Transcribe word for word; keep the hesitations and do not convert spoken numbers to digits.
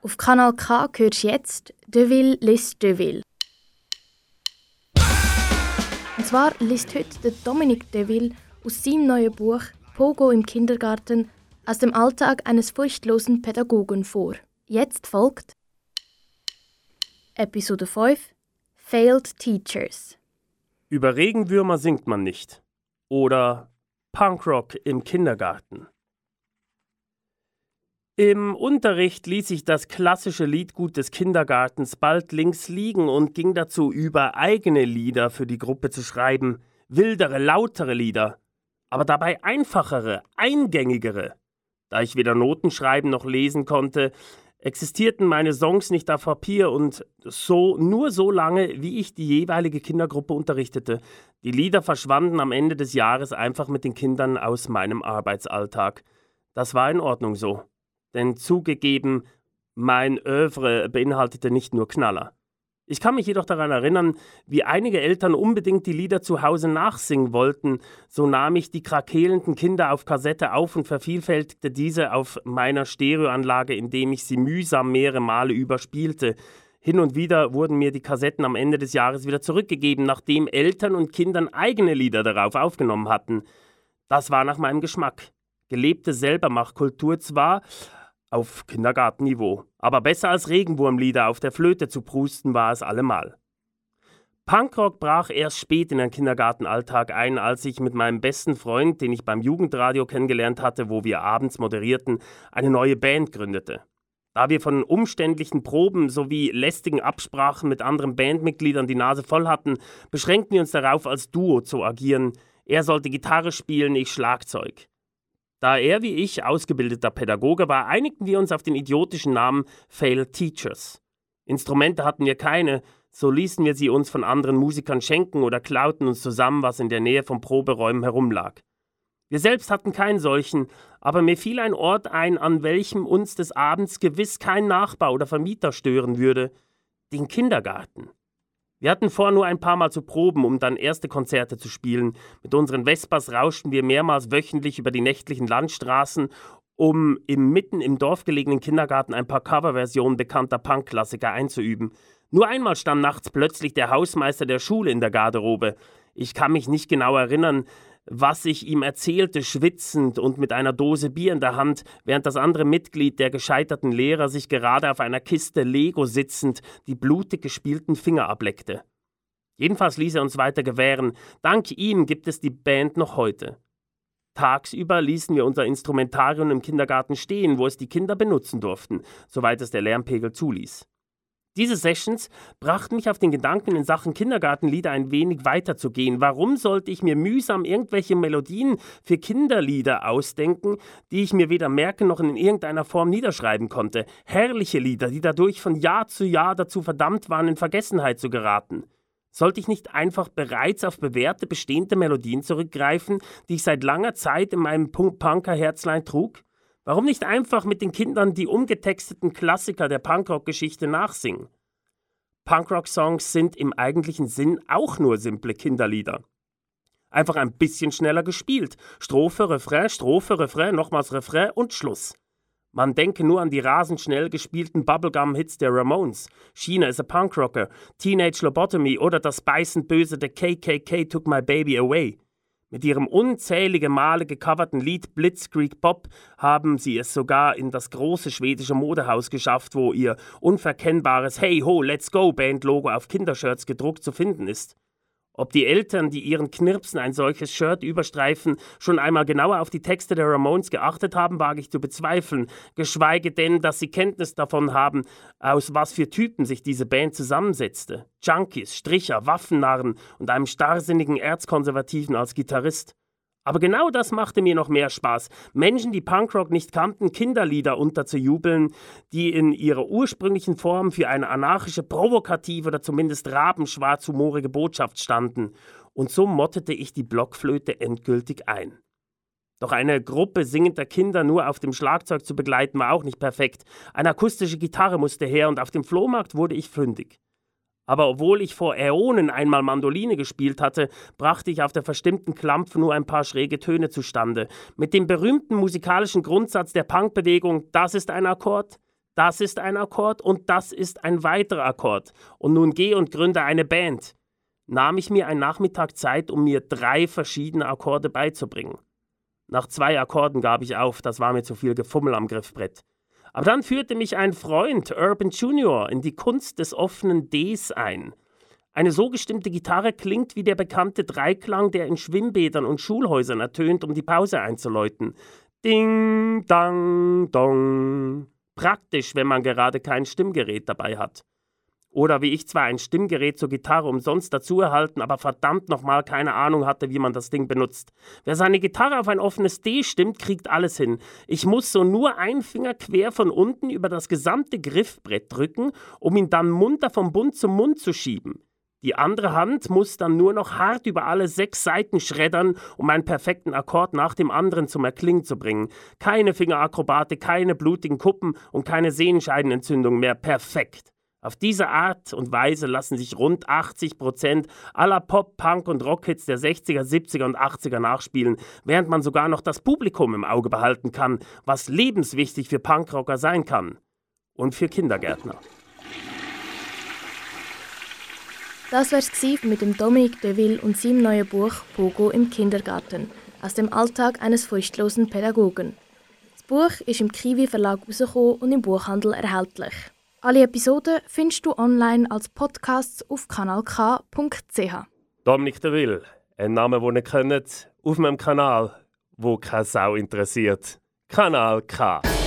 Auf Kanal K hörst du jetzt «Deville liest Deville». Und zwar liest heute der Dominique Deville aus seinem neuen Buch «Pogo im Kindergarten» aus dem Alltag eines furchtlosen Pädagogen vor. Jetzt folgt Episode fünf «Failed Teachers». Über Regenwürmer singt man nicht. Oder Punkrock im Kindergarten. Im Unterricht ließ ich das klassische Liedgut des Kindergartens bald links liegen und ging dazu über, eigene Lieder für die Gruppe zu schreiben, wildere, lautere Lieder, aber dabei einfachere, eingängigere. Da ich weder Noten schreiben noch lesen konnte, existierten meine Songs nicht auf Papier und so nur so lange, wie ich die jeweilige Kindergruppe unterrichtete. Die Lieder verschwanden am Ende des Jahres einfach mit den Kindern aus meinem Arbeitsalltag. Das war in Ordnung so. Denn zugegeben, mein Œuvre beinhaltete nicht nur Knaller. Ich kann mich jedoch daran erinnern, wie einige Eltern unbedingt die Lieder zu Hause nachsingen wollten. So nahm ich die krakelnden Kinder auf Kassette auf und vervielfältigte diese auf meiner Stereoanlage, indem ich sie mühsam mehrere Male überspielte. Hin und wieder wurden mir die Kassetten am Ende des Jahres wieder zurückgegeben, nachdem Eltern und Kindern eigene Lieder darauf aufgenommen hatten. Das war nach meinem Geschmack. Gelebte Selbermachkultur zwar, auf Kindergartenniveau. Aber besser als Regenwurmlieder auf der Flöte zu prusten war es allemal. Punkrock brach erst spät in den Kindergartenalltag ein, als ich mit meinem besten Freund, den ich beim Jugendradio kennengelernt hatte, wo wir abends moderierten, eine neue Band gründete. Da wir von umständlichen Proben sowie lästigen Absprachen mit anderen Bandmitgliedern die Nase voll hatten, beschränkten wir uns darauf, als Duo zu agieren. Er sollte Gitarre spielen, ich Schlagzeug. Da er wie ich ausgebildeter Pädagoge war, einigten wir uns auf den idiotischen Namen Failed Teachers. Instrumente hatten wir keine, so ließen wir sie uns von anderen Musikern schenken oder klauten uns zusammen, was in der Nähe von Proberäumen herumlag. Wir selbst hatten keinen solchen, aber mir fiel ein Ort ein, an welchem uns des Abends gewiss kein Nachbar oder Vermieter stören würde: den Kindergarten. Wir hatten vor, nur ein paar Mal zu proben, um dann erste Konzerte zu spielen. Mit unseren Vespas rauschten wir mehrmals wöchentlich über die nächtlichen Landstraßen, um im mitten im Dorf gelegenen Kindergarten ein paar Coverversionen bekannter Punkklassiker einzuüben. Nur einmal stand nachts plötzlich der Hausmeister der Schule in der Garderobe. Ich kann mich nicht genau erinnern, was ich ihm erzählte, schwitzend und mit einer Dose Bier in der Hand, während das andere Mitglied der gescheiterten Lehrer sich gerade auf einer Kiste Lego sitzend die blutig gespielten Finger ableckte. Jedenfalls ließ er uns weiter gewähren. Dank ihm gibt es die Band noch heute. Tagsüber ließen wir unser Instrumentarium im Kindergarten stehen, wo es die Kinder benutzen durften, soweit es der Lärmpegel zuließ. Diese Sessions brachten mich auf den Gedanken, in Sachen Kindergartenlieder ein wenig weiterzugehen. Warum sollte ich mir mühsam irgendwelche Melodien für Kinderlieder ausdenken, die ich mir weder merken noch in irgendeiner Form niederschreiben konnte? Herrliche Lieder, die dadurch von Jahr zu Jahr dazu verdammt waren, in Vergessenheit zu geraten. Sollte ich nicht einfach bereits auf bewährte, bestehende Melodien zurückgreifen, die ich seit langer Zeit in meinem Punker-Herzlein trug? Warum nicht einfach mit den Kindern die umgetexteten Klassiker der Punkrock-Geschichte nachsingen? Punkrock-Songs sind im eigentlichen Sinn auch nur simple Kinderlieder. Einfach ein bisschen schneller gespielt. Strophe, Refrain, Strophe, Refrain, nochmals Refrain und Schluss. Man denke nur an die rasend schnell gespielten Bubblegum-Hits der Ramones, Sheena is a Punkrocker, Teenage Lobotomy oder das beißend böse The K K K Took My Baby Away. Mit ihrem unzählige Male gecoverten Lied Blitzkrieg Bop haben sie es sogar in das große schwedische Modehaus geschafft, wo ihr unverkennbares Hey Ho, Let's Go Band-Logo auf Kindershirts gedruckt zu finden ist. Ob die Eltern, die ihren Knirpsen ein solches Shirt überstreifen, schon einmal genauer auf die Texte der Ramones geachtet haben, wage ich zu bezweifeln, geschweige denn, dass sie Kenntnis davon haben, aus was für Typen sich diese Band zusammensetzte. Junkies, Stricher, Waffennarren und einem starrsinnigen Erzkonservativen als Gitarrist. Aber genau das machte mir noch mehr Spaß, Menschen, die Punkrock nicht kannten, Kinderlieder unterzujubeln, die in ihrer ursprünglichen Form für eine anarchische, provokative oder zumindest rabenschwarz-humorige Botschaft standen. Und so mottete ich die Blockflöte endgültig ein. Doch eine Gruppe singender Kinder nur auf dem Schlagzeug zu begleiten, war auch nicht perfekt. Eine akustische Gitarre musste her und auf dem Flohmarkt wurde ich fündig. Aber obwohl ich vor Äonen einmal Mandoline gespielt hatte, brachte ich auf der verstimmten Klampfe nur ein paar schräge Töne zustande. Mit dem berühmten musikalischen Grundsatz der Punkbewegung, das ist ein Akkord, Das ist ein Akkord und das ist ein weiterer Akkord. Und nun geh und gründe eine Band. Nahm ich mir einen Nachmittag Zeit, um mir drei verschiedene Akkorde beizubringen. Nach zwei Akkorden gab ich auf, das war mir zu viel Gefummel am Griffbrett. Aber dann führte mich ein Freund, Urban Junior, in die Kunst des offenen Ds ein. Eine so gestimmte Gitarre klingt wie der bekannte Dreiklang, der in Schwimmbädern und Schulhäusern ertönt, um die Pause einzuläuten. Ding, dang, dong. Praktisch, wenn man gerade kein Stimmgerät dabei hat. Oder wie ich zwar ein Stimmgerät zur Gitarre umsonst dazu erhalten, aber verdammt nochmal keine Ahnung hatte, wie man das Ding benutzt. Wer seine Gitarre auf ein offenes D stimmt, kriegt alles hin. Ich muss so nur einen Finger quer von unten über das gesamte Griffbrett drücken, um ihn dann munter vom Bund zum Mund zu schieben. Die andere Hand muss dann nur noch hart über alle sechs Seiten schreddern, um einen perfekten Akkord nach dem anderen zum Erklingen zu bringen. Keine Fingerakrobatik, keine blutigen Kuppen und keine Sehenscheidenentzündung mehr. Perfekt. Auf diese Art und Weise lassen sich rund achtzig Prozent aller Pop-, Punk- und Rockhits der sechziger, siebziger und achtziger nachspielen, während man sogar noch das Publikum im Auge behalten kann, was lebenswichtig für Punkrocker sein kann. Und für Kindergärtner. Das wär's gsi mit dem Dominique Deville und seinem neuen Buch «Pogo im Kindergarten» aus dem Alltag eines furchtlosen Pädagogen. Das Buch ist im Kiwi Verlag herausgekommen und im Buchhandel erhältlich. Alle Episoden findest du online als Podcasts auf kanal k punkt c h. Dominique Deville, ein Name, den ihr kennt, auf meinem Kanal, wo keine Sau interessiert. Kanal K.